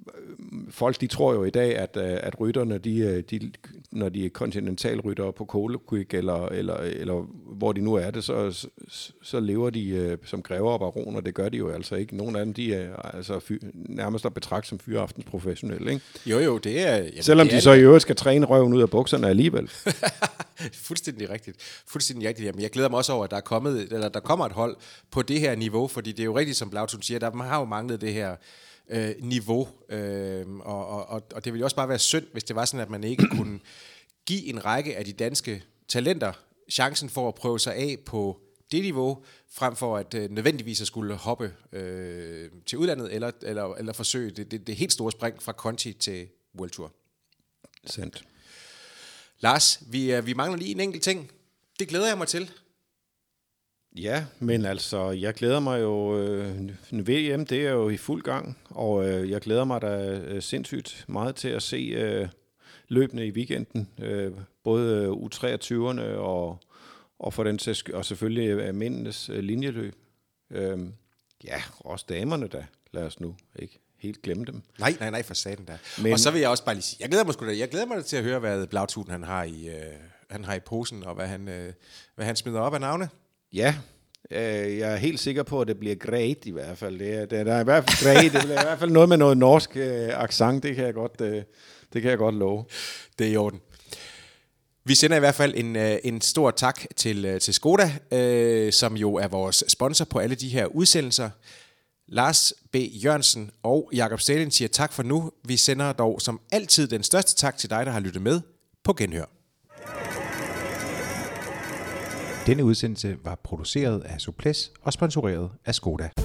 folk de tror jo i dag, at, at rytterne, de, de, når de er kontinentalryttere på Cola Quick, eller, eller, eller hvor de nu er det, så, så, så lever de som grever og baroner. Det gør de jo altså ikke. Nogle af dem, de er altså fy, nærmest at betragte som fyraftensprofessionelle, ikke? Jo, jo, det er... Jamen, Selvom det de er så i øvrigt skal træne røven ud af bukserne alligevel. Fuldstændig rigtigt. Fuldstændig rigtigt. Jamen, jeg glæder mig også over, at der er kommet, eller der kommer et hold på det her niveau, fordi det er jo rigtigt, som Blautun siger, der man har jo manglet det her øh, niveau, øh, og, og, og det ville jo også bare være synd, hvis det var sådan, at man ikke kunne give en række af de danske talenter chancen for at prøve sig af på det niveau, frem for at øh, nødvendigvis at skulle hoppe øh, til udlandet, eller, eller, eller forsøge det, det, det helt store spring fra Conti til World Tour. Sandt. Lars, vi, vi mangler lige en enkelt ting. Det glæder jeg mig til. Ja, men altså, jeg glæder mig jo, øh, V M, det er jo i fuld gang, og øh, jeg glæder mig da øh, sindssygt meget til at se øh, løbende i weekenden, øh, både U treogtyverne og, og, for den, og selvfølgelig øh, mændenes øh, linjeløb. Øh, ja, også damerne da, lad os nu ikke helt glemme dem. Nej, nej, nej, for satan da. Men, og så vil jeg også bare lige sige, jeg glæder mig sgu da, jeg glæder mig til at høre, hvad Blautun han har i, øh, han har i posen, og hvad han, øh, hvad han smider op af navne. Ja, øh, jeg er helt sikker på, at det bliver great i hvert fald. Det er, det er i hvert fald great. Det bliver i hvert fald noget med noget norsk øh, accent, det kan jeg godt, øh, det kan jeg godt love. Det er i orden. Vi sender i hvert fald en, en stor tak til, til Skoda, øh, som jo er vores sponsor på alle de her udsendelser. Lars B. Jørgensen og Jakob Stalin siger tak for nu. Vi sender dog som altid den største tak til dig, der har lyttet med på Genhør. Denne udsendelse var produceret af Suples og sponsoreret af Skoda.